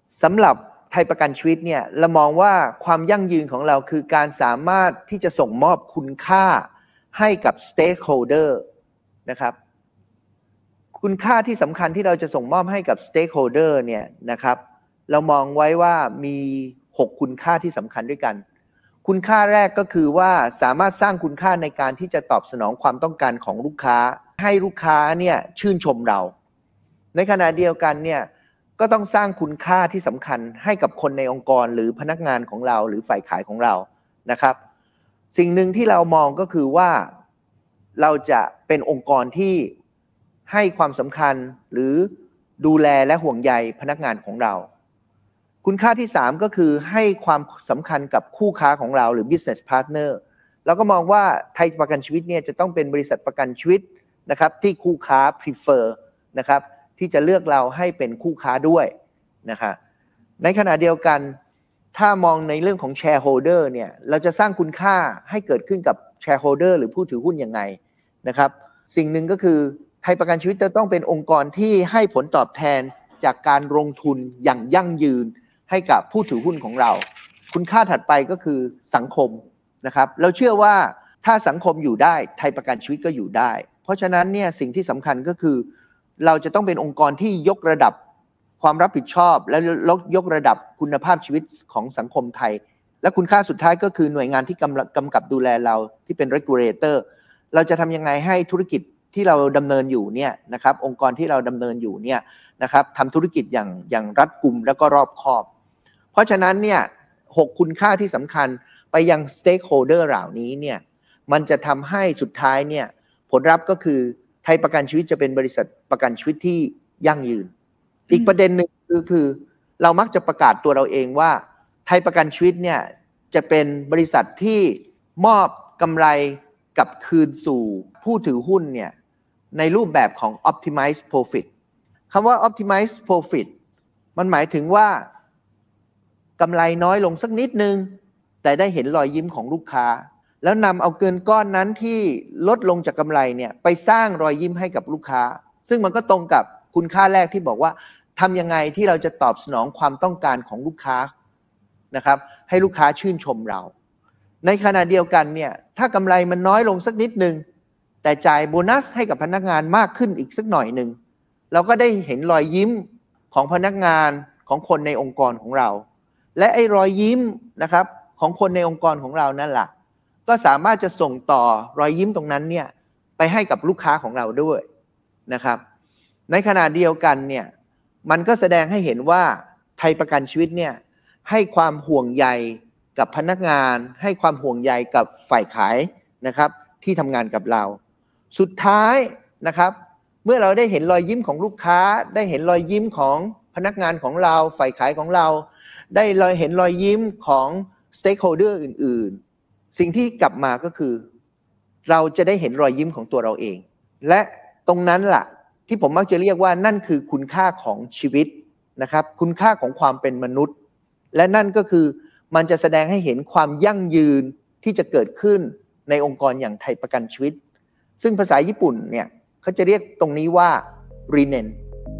สำหรับไทยประกันชีวิตเนี่ยเรามองว่าความยั่งยืนของเราคือการสามารถที่จะส่งมอบคุณค่าให้กับ stakeholder นะครับคุณค่าที่สำคัญที่เราจะส่งมอบให้กับ stakeholder เนี่ยนะครับเรามองไว้ว่ามี6คุณค่าที่สำคัญด้วยกันคุณค่าแรกก็คือว่าสามารถสร้างคุณค่าในการที่จะตอบสนองความต้องการของลูกค้าให้ลูกค้าเนี่ยชื่นชมเราในขณะเดียวกันเนี่ยก็ต้องสร้างคุณค่าที่สำคัญให้กับคนในองค์กรหรือพนักงานของเราหรือฝ่ายขายของเรานะครับสิ่งหนึ่งที่เรามองก็คือว่าเราจะเป็นองค์กรที่ให้ความสำคัญหรือดูแลและห่วงใยพนักงานของเราคุณค่าที่3ก็คือให้ความสำคัญกับคู่ค้าของเราหรือ business partner เราก็มองว่าไทยประกันชีวิตเนี่ยจะต้องเป็นบริษัทประกันชีวิตนะครับที่คู่ค้า prefer นะครับที่จะเลือกเราให้เป็นคู่ค้าด้วยนะครับในขณะเดียวกันถ้ามองในเรื่องของ shareholder เนี่ยเราจะสร้างคุณค่าให้เกิดขึ้นกับ shareholder หรือผู้ถือหุ้นยังไงนะครับสิ่งหนึ่งก็คือไทยประกันชีวิตจะต้องเป็นองค์กรที่ให้ผลตอบแทนจากการลงทุนอย่างยั่งยืนให้กับผู้ถือหุ้นของเราคุณค่าถัดไปก็คือสังคมนะครับเราเชื่อว่าถ้าสังคมอยู่ได้ไทยประกันชีวิตก็อยู่ได้เพราะฉะนั้นเนี่ยสิ่งที่สำคัญก็คือเราจะต้องเป็นองค์กรที่ยกระดับความรับผิดชอบและยกระดับคุณภาพชีวิตของสังคมไทยและคุณค่าสุดท้ายก็คือหน่วยงานที่กำกับดูแลเราที่เป็น regulator เราจะทำยังไงให้ธุรกิจที่เราดำเนินอยู่เนี่ยนะครับองค์กรที่เราดำเนินอยู่เนี่ยนะครับทำธุรกิจอย่างรัดกุมแล้วก็รอบคอบเพราะฉะนั้นเนี่ย6คุณค่าที่สำคัญไปยัง stakeholder เหล่านี้เนี่ยมันจะทำให้สุดท้ายเนี่ยผลลัพธ์ก็คือไทยประกันชีวิตจะเป็นบริษัทประกันชีวิตที่ยั่งยืนอีกประเด็นหนึ่งคือเรามักจะประกาศตัวเราเองว่าไทยประกันชีวิตเนี่ยจะเป็นบริษัทที่มอบกำไรกลับคืนสู่ผู้ถือหุ้นเนี่ยในรูปแบบของ optimize profit คำว่า optimize profit มันหมายถึงว่ากำไรน้อยลงสักนิดนึงแต่ได้เห็นรอยยิ้มของลูกค้าแล้วนำเอาเงินก้อนนั้นที่ลดลงจากกำไรเนี่ยไปสร้างรอยยิ้มให้กับลูกค้าซึ่งมันก็ตรงกับคุณค่าแรกที่บอกว่าทำยังไงที่เราจะตอบสนองความต้องการของลูกค้านะครับให้ลูกค้าชื่นชมเราในขณะเดียวกันเนี่ยถ้ากำไรมันน้อยลงสักนิดนึงแต่จ่ายโบนัสให้กับพนักงานมากขึ้นอีกสักหน่อยนึงเราก็ได้เห็นรอยยิ้มของพนักงานของคนในองค์กรของเราและไอ้รอยยิ้มนะครับของคนในองค์กรของเรานั่นแหละก็สามารถจะส่งต่อรอยยิ้มตรงนั้นเนี่ยไปให้กับลูกค้าของเราด้วยนะครับในขณะเดียวกันเนี่ยมันก็แสดงให้เห็นว่าไทยประกันชีวิตเนี่ยให้ความห่วงใยกับพนักงานให้ความห่วงใยกับฝ่ายขายนะครับที่ทำงานกับเราสุดท้ายนะครับเมื่อเราได้เห็นรอยยิ้มของลูกค้าได้เห็นรอยยิ้มของพนักงานของเราฝ่ายขายของเราได้เห็นรอยยิ้มของ stakeholder อื่นๆสิ่งที่กลับมาก็คือเราจะได้เห็นรอยยิ้มของตัวเราเองและตรงนั้นล่ะที่ผมมักจะเรียกว่านั่นคือคุณค่าของชีวิตนะครับคุณค่าของความเป็นมนุษย์และนั่นก็คือมันจะแสดงให้เห็นความยั่งยืนที่จะเกิดขึ้นในองค์กรอย่างไทยประกันชีวิตซึ่งภาษาญี่ปุ่นเนี่ยเขาจะเรียกตรงนี้ว่า Rinen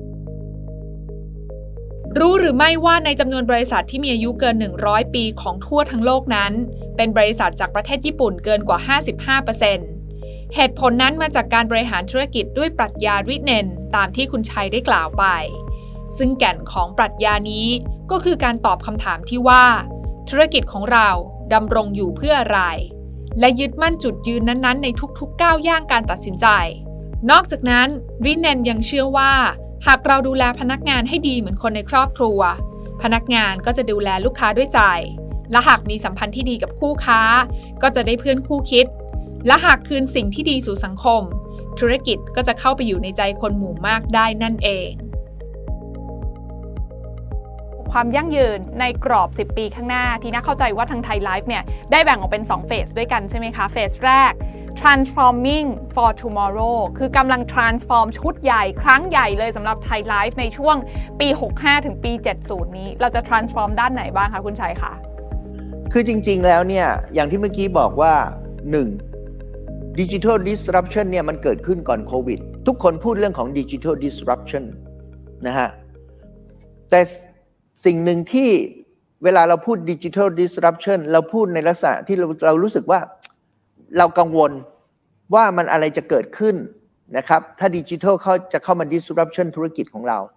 รู้หรือไม่ว่าในจำนวนบริษัทที่มีอายุเกิน100ปีของทั่วทั้งโลกนั้นเป็นบริษัทจากประเทศญี่ปุ่นเกินกว่า 55% เหตุผลนั้นมาจากการบริหารธุรกิจด้วยปรัชญาริเนนตามที่คุณชัยได้กล่าวไปซึ่งแก่นของปรัชญานี้ก็คือการตอบคำถามที่ว่าธุรกิจของเราดำรงอยู่เพื่ออะไรและยึดมั่นจุดยืนนั้นๆในทุกๆก้าวย่างการตัดสินใจนอกจากนั้นริเนนยังเชื่อว่าหากเราดูแลพนักงานให้ดีเหมือนคนในครอบครัวพนักงานก็จะดูแลลูกค้าด้วยใจและหากมีสัมพันธ์ที่ดีกับคู่ค้าก็จะได้เพื่อนคู่คิดและหากคืนสิ่งที่ดีสู่สังคมธุรกิจก็จะเข้าไปอยู่ในใจคนหมู่มากได้นั่นเองความยั่งยืนในกรอบ10ปีข้างหน้าที่น่าเข้าใจว่าทางไทยไลฟ์เนี่ยได้แบ่งออกเป็น2เฟสด้วยกันใช่ไหมคะเฟสแรก transforming for tomorrow คือกำลัง transform ชุดใหญ่ครั้งใหญ่เลยสำหรับไทยไลฟ์ในช่วงปี65ถึงปี70นี้เราจะ transform ด้านไหนบ้างคะคุณชัยคะคือจริงๆแล้วเนี่ยอย่างที่เมื่อกี้บอกว่า1 digital disruption เนี่ยมันเกิดขึ้นก่อนโควิดทุกคนพูดเรื่องของ digital disruption นะฮะแต่สิ่งหนึ่งที่เวลาเราพูด digital disruption เราพูดในลักษณะที่เรารู้สึกว่าเรากังวลว่ามันอะไรจะเกิดขึ้นนะครับถ้าดิจิทัลจะเข้ามา disruption ธุรกิจของเรา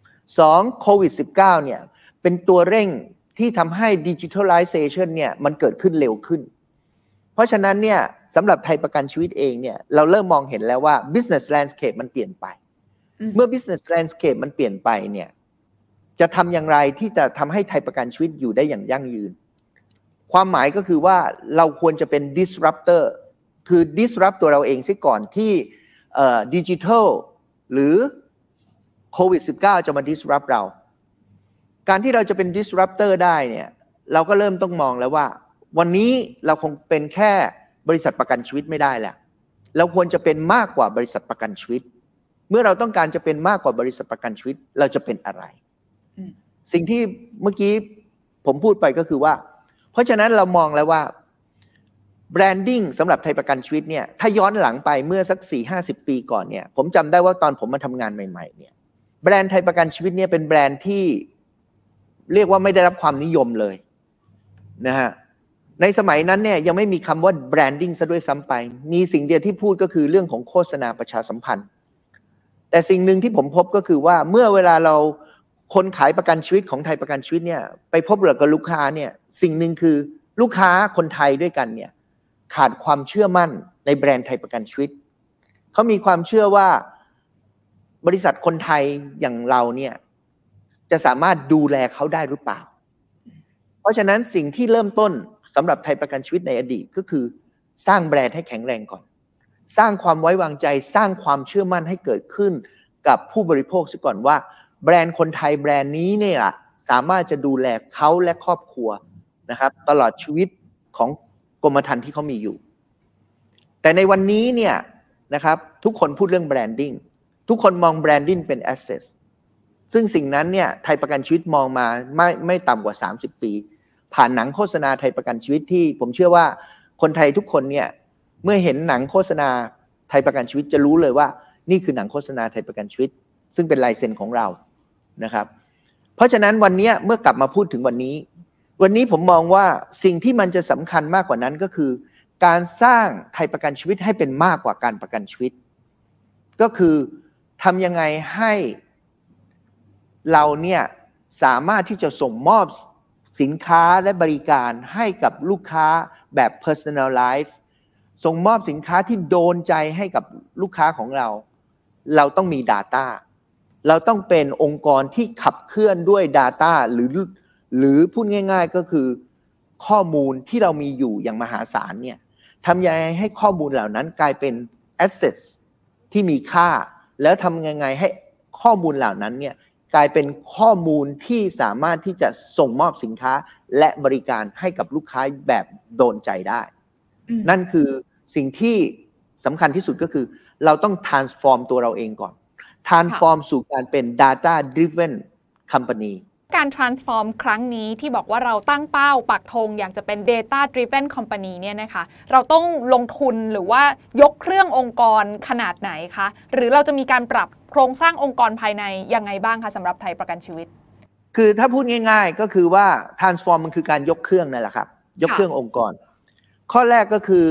2โควิด -19 เนี่ยเป็นตัวเร่งที่ทำให้ digitalization เนี่ยมันเกิดขึ้นเร็วขึ้นเพราะฉะนั้นเนี่ยสำหรับไทยประกันชีวิตเองเนี่ยเราเริ่มมองเห็นแล้วว่า business landscape มันเปลี่ยนไปเมื่อ business landscape มันเปลี่ยนไปเนี่ยจะทำอย่างไรที่จะทำให้ไทยประกันชีวิตอยู่ได้อย่างยั่งยืนความหมายก็คือว่าเราควรจะเป็น disruptor คือ disrupt ตัวเราเองซิก่อนที่ดิจิทัลหรือโควิด -19 จะมา disrupt เราการที่เราจะเป็น disruptor ได้เนี่ยเราก็เริ่มต้องมองแล้วว่าวันนี้เราคงเป็นแค่บริษัทประกันชีวิตไม่ได้แล้วเราควรจะเป็นมากกว่าบริษัทประกันชีวิตเมื่อเราต้องการจะเป็นมากกว่าบริษัทประกันชีวิตเราจะเป็นอะไรสิ่งที่เมื่อกี้ผมพูดไปก็คือว่าเพราะฉะนั้นเรามองแล้วว่าแบรนดิ้งสำหรับไทยประกันชีวิตเนี่ยถ้าย้อนหลังไปเมื่อสัก 4-50 ปีก่อนเนี่ยผมจำได้ว่าตอนผมมาทำงานใหม่ๆเนี่ยแบรนด์ไทยประกันชีวิตเนี่ยเป็นแบรนด์ที่เรียกว่าไม่ได้รับความนิยมเลยนะฮะในสมัยนั้นเนี่ยยังไม่มีคำว่าแบรนดิ้งซะด้วยซ้ำไปมีสิ่งเดียวที่พูดก็คือเรื่องของโฆษณาประชาสัมพันธ์แต่สิ่งหนึ่งที่ผมพบก็คือว่าเมื่อเวลาเราคนขายประกันชีวิตของไทยประกันชีวิตเนี่ยไปพบกับลูกค้าเนี่ยสิ่งหนึ่งคือลูกค้าคนไทยด้วยกันเนี่ยขาดความเชื่อมั่นในแบรนด์ไทยประกันชีวิตเขามีความเชื่อว่าบริษัทคนไทยอย่างเราเนี่ยจะสามารถดูแลเขาได้หรือเปล่าเพราะฉะนั้นสิ่งที่เริ่มต้นสำหรับไทยประกันชีวิตในอดีตก็คือสร้างแบรนด์ให้แข็งแรงก่อนสร้างความไว้วางใจสร้างความเชื่อมั่นให้เกิดขึ้นกับผู้บริโภคซะก่อนว่าแบรนด์คนไทยแบรนด์นี้เนี่ยสามารถจะดูแลเขาและครอบครัวนะครับตลอดชีวิตของกรมธรรม์ที่เขามีอยู่แต่ในวันนี้เนี่ยนะครับทุกคนพูดเรื่องแบรนดิ้งทุกคนมองแบรนดิ้งเป็นแอสเซทซึ่งสิ่งนั้นเนี่ยไทยประกันชีวิตมองมาไม่ต่ำกว่า30ปีผ่านหนังโฆษณาไทยประกันชีวิตที่ผมเชื่อว่าคนไทยทุกคนเนี่ยเมื่อเห็นหนังโฆษณาไทยประกันชีวิตจะรู้เลยว่านี่คือหนังโฆษณาไทยประกันชีวิตซึ่งเป็นลายเซ็นของเรานะครับเพราะฉะนั้นวันนี้เมื่อกลับมาพูดถึงวันนี้ผมมองว่าสิ่งที่มันจะสำคัญมากกว่านั้นก็คือการสร้างไทยประกันชีวิตให้เป็นมากกว่าการประกันชีวิตก็คือทำยังไงให้เราเนี่ยสามารถที่จะส่งมอบสินค้าและบริการให้กับลูกค้าแบบ personalize ส่งมอบสินค้าที่โดนใจให้กับลูกค้าของเราต้องมี data เราต้องเป็นองค์กรที่ขับเคลื่อนด้วย data หรือพูดง่ายๆก็คือข้อมูลที่เรามีอยู่อย่างมหาศาลเนี่ยทำยังไงให้ข้อมูลเหล่านั้นกลายเป็น assets ที่มีค่าแล้วทำยังไงให้ข้อมูลเหล่านั้นเนี่ยกลายเป็นข้อมูลที่สามารถที่จะส่งมอบสินค้าและบริการให้กับลูกค้าแบบโดนใจได้นั่นคือสิ่งที่สำคัญที่สุดก็คือเราต้อง transform ตัวเราเองก่อน transform สู่การเป็น data driven company การ transform ครั้งนี้ที่บอกว่าเราตั้งเป้าปักธงอยากจะเป็น data driven company เนี่ยนะคะเราต้องลงทุนหรือว่ายกเครื่ององค์กรขนาดไหนคะหรือเราจะมีการปรับโครงสร้างองค์กรภายในยังไงบ้างคะสำหรับไทยประกันชีวิตคือถ้าพูดง่ายๆก็คือว่า transform มันคือการยกเครื่องนั่นแหละครับยกเครื่ององค์กรข้อแรกก็คือ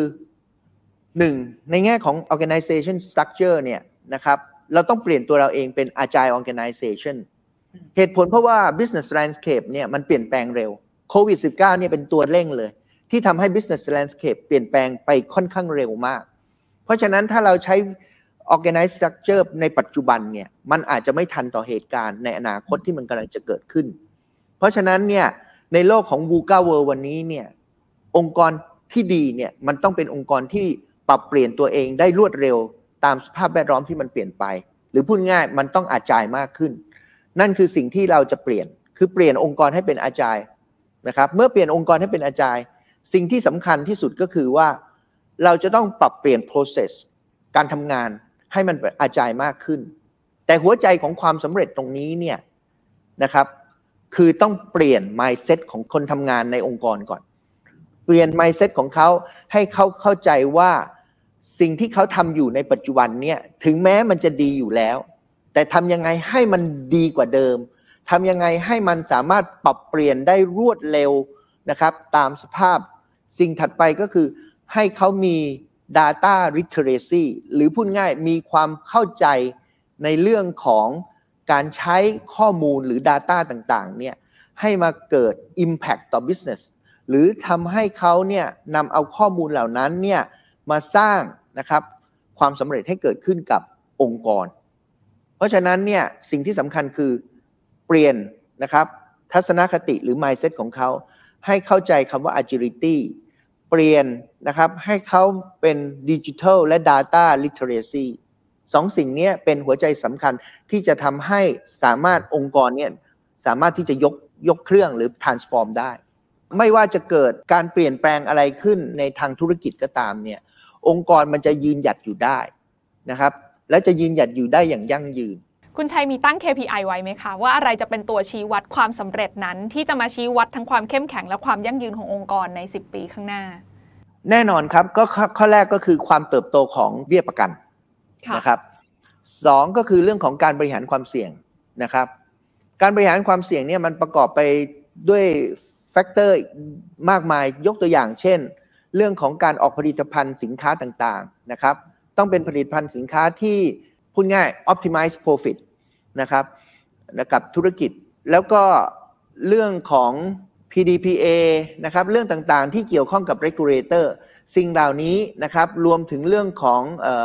1ในแง่ของ organization structure เนี่ยนะครับเราต้องเปลี่ยนตัวเราเองเป็น agile organization เหตุผลเพราะว่า business landscape เนี่ยมันเปลี่ยนแปลงเร็วโควิด -19 เนี่ยเป็นตัวเร่งเลยที่ทำให้ business landscape เปลี่ยนแปลงไปค่อนข้างเร็วมากเพราะฉะนั้นถ้าเราใช้ organize structure ในปัจจุบันเนี่ยมันอาจจะไม่ทันต่อเหตุการณ์ในอนาคตที่มันกำลังจะเกิดขึ้นเพราะฉะนั้นเนี่ยในโลกของ VUCA World วันนี้เนี่ยองค์กรที่ดีเนี่ยมันต้องเป็นองค์กรที่ปรับเปลี่ยนตัวเองได้รวดเร็วตามสภาพแวดล้อมที่มันเปลี่ยนไปหรือพูดง่ายมันต้องอาจายมากขึ้นนั่นคือสิ่งที่เราจะเปลี่ยนคือเปลี่ยนองค์กรให้เป็นอาจายนะครับเมื่อเปลี่ยนองค์กรให้เป็นอาจายสิ่งที่สำคัญที่สุดก็คือว่าเราจะต้องปรับเปลี่ยน process การทำงานให้มันอาจายมากขึ้นแต่หัวใจของความสำเร็จตรงนี้เนี่ยนะครับคือต้องเปลี่ยน mindset ของคนทำงานในองค์กรก่อนเปลี่ยน mindset ของเขาให้เขาเข้าใจว่าสิ่งที่เขาทำอยู่ในปัจจุบันเนี่ยถึงแม้มันจะดีอยู่แล้วแต่ทำยังไงให้มันดีกว่าเดิมทำยังไงให้มันสามารถปรับเปลี่ยนได้รวดเร็วนะครับตามสภาพสิ่งถัดไปก็คือให้เขามี data literacy หรือพูดง่ายมีความเข้าใจในเรื่องของการใช้ข้อมูลหรือ data ต่างๆเนี่ยให้มาเกิด impact ต่อ business หรือทำให้เขาเนี่ยนำเอาข้อมูลเหล่านั้นเนี่ยมาสร้างนะครับความสำเร็จให้เกิดขึ้นกับองค์กรเพราะฉะนั้นเนี่ยสิ่งที่สำคัญคือเปลี่ยนนะครับทัศนคติหรือ mindset ของเขาให้เข้าใจคำว่า agility เปลี่ยนนะครับให้เขาเป็น digital และ data literacy สองสิ่งนี้เป็นหัวใจสำคัญที่จะทำให้สามารถองค์กรเนี่ยสามารถที่จะยกเครื่องหรือ transform ได้ไม่ว่าจะเกิดการเปลี่ยนแปลงอะไรขึ้นในทางธุรกิจก็ตามเนี่ยองค์กรมันจะยืนหยัดอยู่ได้นะครับและจะยืนหยัดอยู่ได้อย่างยั่งยืนคุณชัยมีตั้ง KPI ไว้ไหมคะว่าอะไรจะเป็นตัวชี้วัดความสำเร็จนั้นที่จะมาชี้วัดทั้งความเข้มแข็งและความยั่งยืนขององค์กรใน10 ปีข้างหน้าแน่นอนครับก็ข้อแรกก็คือความเติบโตของเบี้ยประกันนะครับสองก็คือเรื่องของการบริหารความเสี่ยงนะครับการบริหารความเสี่ยงเนี่ยมันประกอบไปด้วยแฟกเตอร์มากมายยกตัวอย่างเช่นเรื่องของการออกผลิตภัณฑ์สินค้าต่างๆนะครับต้องเป็นผลิตภัณฑ์สินค้าที่พูดง่าย optimize profit นะครับกับธุรกิจแล้วก็เรื่องของ PDPA นะครับเรื่องต่างๆที่เกี่ยวข้องกับ regulator สิ่งเหล่านี้นะครับรวมถึงเรื่องของ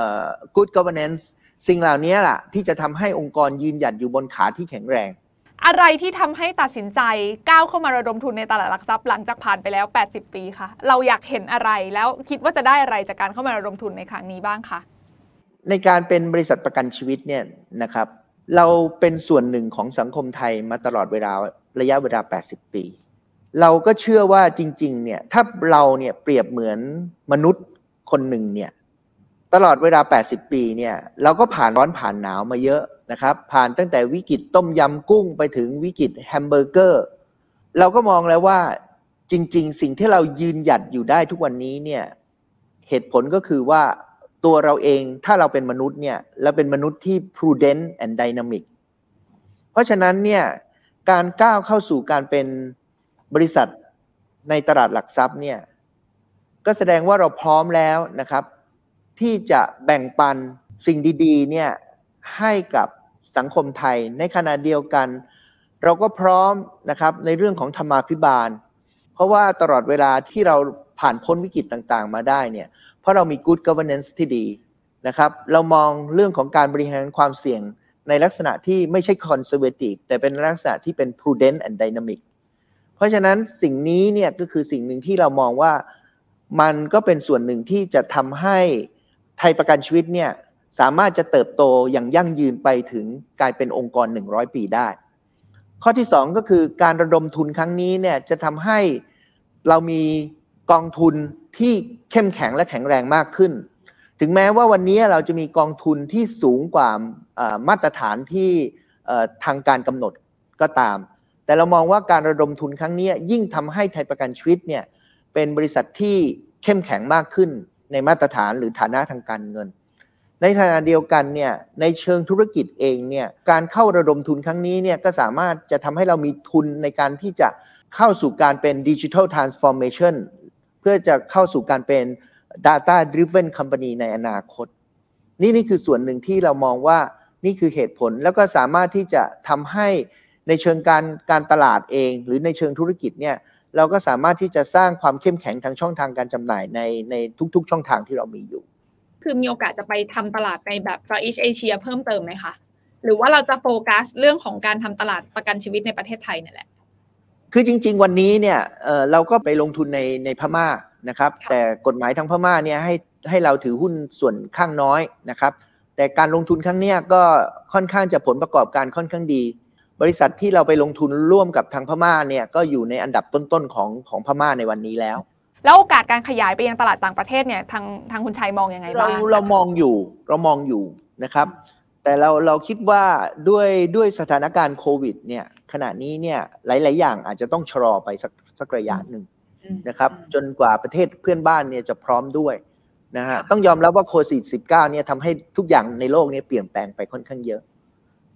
good governance สิ่งเหล่านี้ล่ะที่จะทำให้องค์กรยืนหยัดอยู่บนขาที่แข็งแรงอะไรที่ทำให้ตัดสินใจก้าวเข้ามาระดมทุนในตลาดหลักทรัพย์หลังจากผ่านไปแล้ว80 ปีคะเราอยากเห็นอะไรแล้วคิดว่าจะได้อะไรจากการเข้ามาระดมทุนในครั้งนี้บ้างคะในการเป็นบริษัทประกันชีวิตเนี่ยนะครับเราเป็นส่วนหนึ่งของสังคมไทยมาตลอดระยะเวลา80 ปีเราก็เชื่อว่าจริงๆเนี่ยถ้าเราเนี่ยเปรียบเหมือนมนุษย์คนหนึ่งเนี่ยตลอดเวลา80 ปีเนี่ยเราก็ผ่านร้อนผ่านหนาวมาเยอะนะครับผ่านตั้งแต่วิกฤตต้มยำกุ้งไปถึงวิกฤตแฮมเบอร์เกอร์เราก็มองแล้วว่าจริงๆสิ่งที่เรายืนหยัดอยู่ได้ทุกวันนี้เนี่ยเหตุผลก็คือว่าตัวเราเองถ้าเราเป็นมนุษย์เนี่ยเราเป็นมนุษย์ที่ prudent and dynamic เพราะฉะนั้นเนี่ยการก้าวเข้าสู่การเป็นบริษัทในตลาดหลักทรัพย์เนี่ยก็แสดงว่าเราพร้อมแล้วนะครับที่จะแบ่งปันสิ่งดีๆเนี่ยให้กับสังคมไทยในขณะเดียวกันเราก็พร้อมนะครับในเรื่องของธรรมาภิบาลเพราะว่าตลอดเวลาที่เราผ่านพ้นวิกฤตต่างๆมาได้เนี่ยเพราะเรามี good governance ที่ดีนะครับเรามองเรื่องของการบริหารความเสี่ยงในลักษณะที่ไม่ใช่ conservative แต่เป็นลักษณะที่เป็น prudent and dynamic เพราะฉะนั้นสิ่งนี้เนี่ยก็คือสิ่งหนึ่งที่เรามองว่ามันก็เป็นส่วนหนึ่งที่จะทำให้ไทยประกันชีวิตเนี่ยสามารถจะเติบโตอย่างยั่งยืนไปถึงกลายเป็นองค์กร100 ปีได้ข้อที่2ก็คือการระดมทุนครั้งนี้เนี่ยจะทำให้เรามีกองทุนที่เข้มแข็งและแข็งแรงมากขึ้นถึงแม้ว่าวันนี้เราจะมีกองทุนที่สูงกว่ามาตรฐานที่ทางการกำหนดก็ตามแต่เรามองว่าการระดมทุนครั้งนี้ยิ่งทำให้ไทยประกันชีวิตเนี่ยเป็นบริษัทที่เข้มแข็งมากขึ้นในมาตรฐานหรือฐานะทางการเงินในขณะเดียวกันเนี่ยในเชิงธุรกิจเองเนี่ยการเข้าระดมทุนครั้งนี้เนี่ยก็สามารถจะทำให้เรามีทุนในการที่จะเข้าสู่การเป็น Digital Transformation เพื่อจะเข้าสู่การเป็น Data Driven Company ในอนาคตนี่คือส่วนหนึ่งที่เรามองว่านี่คือเหตุผลแล้วก็สามารถที่จะทำให้ในเชิงการตลาดเองหรือในเชิงธุรกิจเนี่ยเราก็สามารถที่จะสร้างความเข้มแข็งทางช่องทางการจำหน่ายในทุกๆช่องทางที่เรามีอยู่คือมีโอกาสจะไปทำตลาดในแบบ Southeast Asia เพิ่มเติมไหมคะหรือว่าเราจะโฟกัสเรื่องของการทำตลาดประกันชีวิตในประเทศไทยนี่แหละคือจริงๆวันนี้เนี่ยเราก็ไปลงทุนในพม่านะครับแต่กฎหมายทางพม่าเนี่ยให้เราถือหุ้นส่วนข้างน้อยนะครับแต่การลงทุนครั้งนี้ก็ค่อนข้างจะผลประกอบการค่อนข้างดีบริษัทที่เราไปลงทุนร่วมกับทางพม่าเนี่ยก็อยู่ในอันดับต้นๆของพม่าในวันนี้แล้วโอกาสการขยายไปยังตลาดต่างประเทศเนี่ยทางคุณชัยมองยังไงบ้างเรามองอยู่นะครับแต่เราคิดว่าด้วยสถานการณ์โควิดเนี่ยขณะนี้เนี่ยหลายๆอย่างอาจจะต้องชะลอไปสักระยะหนึ่งนะครับจนกว่าประเทศเพื่อนบ้านเนี่ยจะพร้อมด้วยนะฮะต้องยอมรับว่าโควิด -19 เนี่ยทำให้ทุกอย่างในโลกนี้เปลี่ยนแปลงไปค่อนข้างเยอะ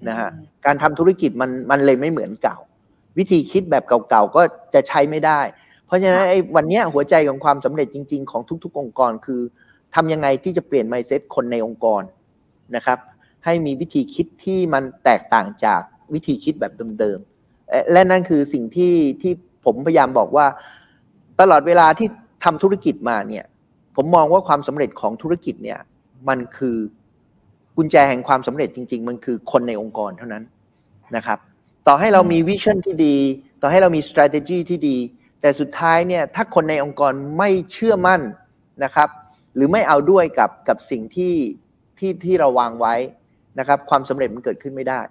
นะฮะการทำธุรกิจมันเลยไม่เหมือนเก่าวิธีคิดแบบเก่าๆก็จะใช้ไม่ได้เพราะฉะนั้นไอ้วันนี้หัวใจของความสำเร็จจริงๆของทุกๆองค์กรคือทำยังไงที่จะเปลี่ยน mindset คนในองค์กรนะครับให้มีวิธีคิดที่มันแตกต่างจากวิธีคิดแบบเดิมๆและนั่นคือสิ่งที่ผมพยายามบอกว่าตลอดเวลาที่ทำธุรกิจมาเนี่ยผมมองว่าความสำเร็จของธุรกิจเนี่ยมันคือกุญแจแห่งความสำเร็จจริงๆมันคือคนในองค์กรเท่านั้นนะครับต่อให้เรามีวิชั่นที่ดีต่อให้เรามี strategy ที่ดีแต่สุดท้ายเนี่ยถ้าคนในองค์กรไม่เชื่อมั่นนะครับหรือไม่เอาด้วยกับสิ่งที่เราวางไว้นะครับความสำเร็จมันเกิดขึ้นไม่ได้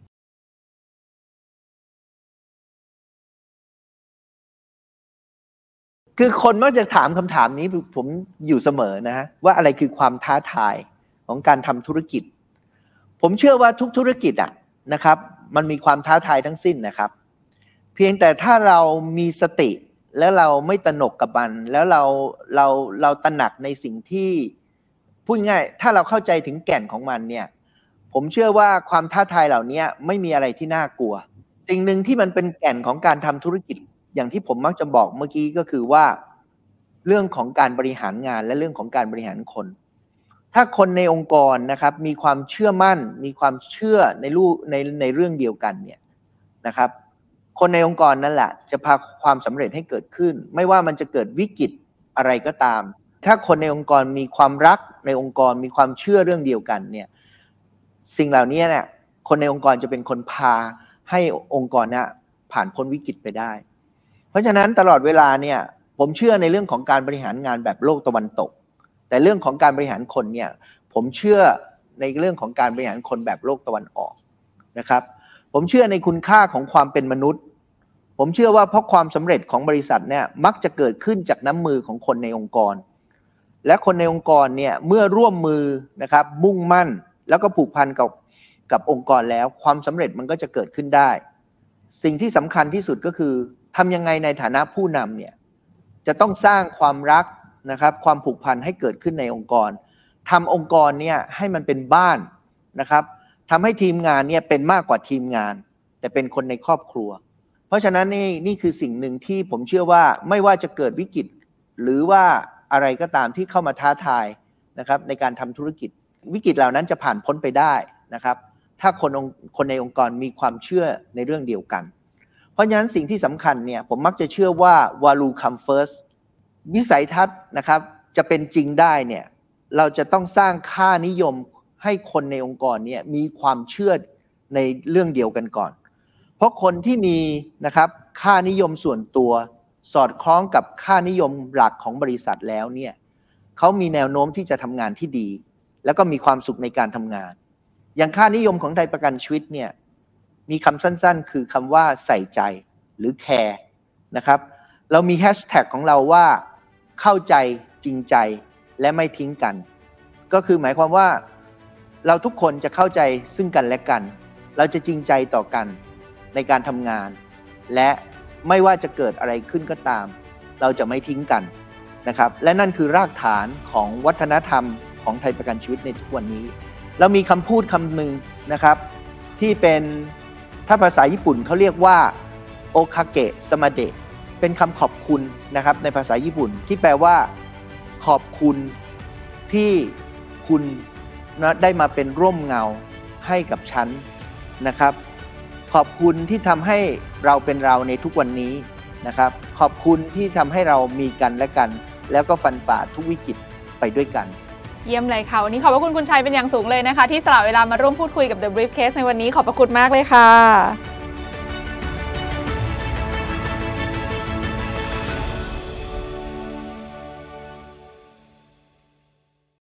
คือคนมักจะถามคำถามนี้ผมอยู่เสมอนะฮะว่าอะไรคือความท้าทายของการทำธุรกิจผมเชื่อว่าทุกธุรกิจนะครับมันมีความท้าทายทั้งสิ้นนะครับเพียงแต่ถ้าเรามีสติแล้วเราไม่ตระหนกกับมันแล้วเราตระหนักในสิ่งที่พูดง่ายถ้าเราเข้าใจถึงแก่นของมันเนี่ยผมเชื่อว่าความท้าทายเหล่านี้ไม่มีอะไรที่น่ากลัวสิ่งหนึ่งที่มันเป็นแก่นของการทำธุรกิจอย่างที่ผมมักจะบอกเมื่อกี้ก็คือว่าเรื่องของการบริหารงานและเรื่องของการบริหารคนถ้าคนในองค์กรนะครับมีความเชื่อมั่นมีความเชื่อในเรื่องเดียวกันเนี่ยนะครับคนในองค์กรนั่นแหละจะพาความสำเร็จให้เกิดขึ้นไม่ว่ามันจะเกิดวิกฤตอะไรก็ตามถ้าคนในองค์กรมีความรักในองค์กรมีความเชื่อเรื่องเดียวกันเนี่ยสิ่งเหล่านี้เนี่ยคนในองค์กรจะเป็นคนพาให้องค์กรน่ะผ่านพ้นวิกฤตไปได้เพราะฉะนั้นตลอดเวลาเนี่ยผมเชื่อในเรื่องของการบริหารงานแบบโลกตะวันตกแต่เรื่องของการบริหารคนเนี่ยผมเชื่อในเรื่องของการบริหารคนแบบโลกตะวันออกนะครับผมเชื่อในคุณค่าของความเป็นมนุษย์ผมเชื่อว่าเพราะความสำเร็จของบริษัทเนี่ยมักจะเกิดขึ้นจากน้ำมือของคนในองค์กรและคนในองค์กรเนี่ยเมื่อร่วมมือนะครับมุ่งมั่นแล้วก็ผูกพันกับองค์กรแล้วความสำเร็จมันก็จะเกิดขึ้นได้สิ่งที่สำคัญที่สุดก็คือทำยังไงในฐานะผู้นำเนี่ยจะต้องสร้างความรักนะครับความผูกพันให้เกิดขึ้นในองค์กรทำองค์กรเนี่ยให้มันเป็นบ้านนะครับทำให้ทีมงานเนี่ยเป็นมากกว่าทีมงานแต่เป็นคนในครอบครัวเพราะฉะนั้นนี่คือสิ่งหนึ่งที่ผมเชื่อว่าไม่ว่าจะเกิดวิกฤตหรือว่าอะไรก็ตามที่เข้ามาท้าทายนะครับในการทำธุรกิจวิกฤตเหล่านั้นจะผ่านพ้นไปได้นะครับถ้าคนในองค์กรมีความเชื่อในเรื่องเดียวกันเพราะฉะนั้นสิ่งที่สำคัญเนี่ยผมมักจะเชื่อว่า value come first วิสัยทัศน์นะครับจะเป็นจริงได้เนี่ยเราจะต้องสร้างค่านิยมให้คนในองค์กรเนี่ยมีความเชื่อในเรื่องเดียวกันก่อนเพราะคนที่มีนะครับค่านิยมส่วนตัวสอดคล้องกับค่านิยมหลักของบริษัทแล้วเนี่ยเขามีแนวโน้มที่จะทำงานที่ดีแล้วก็มีความสุขในการทำงานอย่างค่านิยมของไทยประกันชีวิตเนี่ยมีคำสั้นๆคือคำว่าใส่ใจหรือ care นะครับเรามีแฮชแท็กของเราว่าเข้าใจจริงใจและไม่ทิ้งกันก็คือหมายความว่าเราทุกคนจะเข้าใจซึ่งกันและกันเราจะจริงใจต่อกันในการทำงานและไม่ว่าจะเกิดอะไรขึ้นก็ตามเราจะไม่ทิ้งกันนะครับและนั่นคือรากฐานของวัฒนธรรมของไทยประกันชีวิตในทุกวันนี้เรามีคำพูดคำหนึ่งนะครับที่เป็นถ้าภาษาญี่ปุ่นเขาเรียกว่าโอคาเกะสมาเดะเป็นคำขอบคุณนะครับในภาษาญี่ปุ่นที่แปลว่าขอบคุณที่คุณนะได้มาเป็นร่มเงาให้กับฉันนะครับขอบคุณที่ทำให้เราเป็นเราในทุกวันนี้นะครับขอบคุณที่ทำให้เรามีกันและกันแล้วก็ฟันฝ่าทุกวิกฤตไปด้วยกันเยี่ยมเลยค่ะวันนี้ขอบพระคุณคุณชัยเป็นอย่างสูงเลยนะคะที่สละเวลามาร่วมพูดคุยกับ The Briefcase ในวันนี้ขอบพระคุณมากเลยค่ะ